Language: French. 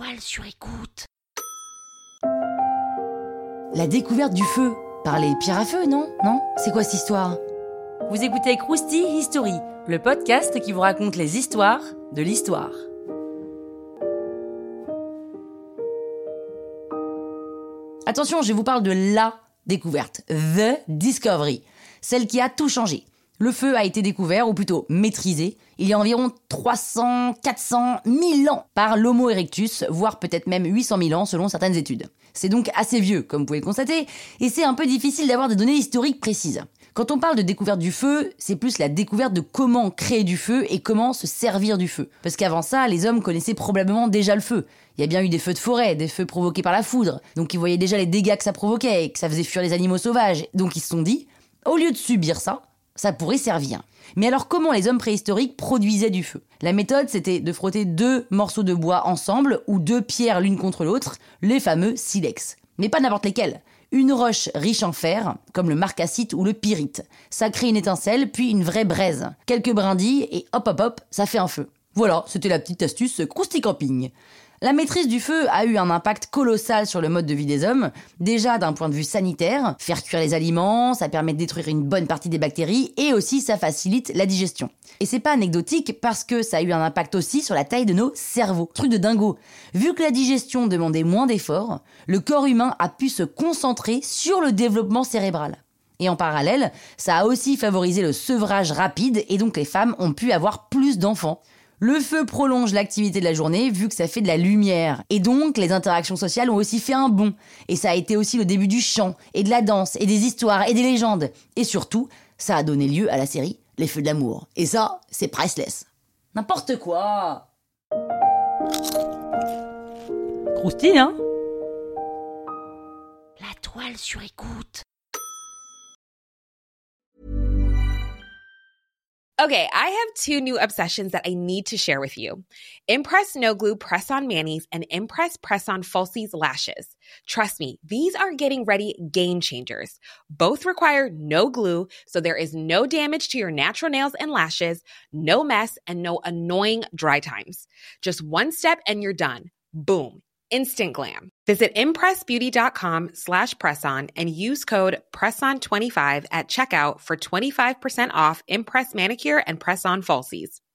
Toile sur écoute. La découverte du feu par les pierres à feu, non ? C'est quoi cette histoire ? Vous écoutez Krusty History, le podcast qui vous raconte les histoires de l'histoire. Attention, je vous parle de la découverte, The Discovery, celle qui a tout changé. Le feu a été découvert, ou plutôt maîtrisé, il y a environ 300, 400, 1000 ans par l'Homo erectus, voire peut-être même 800 000 ans selon certaines études. C'est donc assez vieux, comme vous pouvez le constater, et c'est un peu difficile d'avoir des données historiques précises. Quand on parle de découverte du feu, c'est plus la découverte de comment créer du feu et comment se servir du feu. Parce qu'avant ça, les hommes connaissaient probablement déjà le feu. Il y a bien eu des feux de forêt, des feux provoqués par la foudre, donc ils voyaient déjà les dégâts que ça provoquait et que ça faisait fuir les animaux sauvages. Donc ils se sont dit, au lieu de subir ça, ça pourrait servir. Mais alors comment les hommes préhistoriques produisaient du feu ? La méthode, c'était de frotter 2 morceaux de bois ensemble ou 2 pierres l'une contre l'autre, les fameux silex. Mais pas n'importe lesquels. Une roche riche en fer, comme le marcassite ou le pyrite. Ça crée une étincelle, puis une vraie braise. Quelques brindilles et hop, ça fait un feu. Voilà, c'était la petite astuce Krusty Camping. La maîtrise du feu a eu un impact colossal sur le mode de vie des hommes. Déjà d'un point de vue sanitaire, faire cuire les aliments, ça permet de détruire une bonne partie des bactéries et aussi ça facilite la digestion. Et c'est pas anecdotique parce que ça a eu un impact aussi sur la taille de nos cerveaux. Truc de dingo. Vu que la digestion demandait moins d'efforts, le corps humain a pu se concentrer sur le développement cérébral. Et en parallèle, ça a aussi favorisé le sevrage rapide et donc les femmes ont pu avoir plus d'enfants. Le feu prolonge l'activité de la journée vu que ça fait de la lumière. Et donc, les interactions sociales ont aussi fait un bond. Et ça a été aussi le début du chant, et de la danse, et des histoires, et des légendes. Et surtout, ça a donné lieu à la série Les Feux de l'amour. Et ça, c'est priceless. N'importe quoi. Krusty, hein ? La toile sur écoute. Okay, I have 2 new obsessions that I need to share with you. Impress No Glue Press-On Manis and Impress Press-On Falsies Lashes. Trust me, these are getting ready game changers. Both require no glue, so there is no damage to your natural nails and lashes, no mess, and no annoying dry times. Just one step and you're done. Boom. Instant glam. Visit impressbeauty.com/presson and use code PRESSON25 at checkout for 25% off Impress Manicure and Press-On Falsies.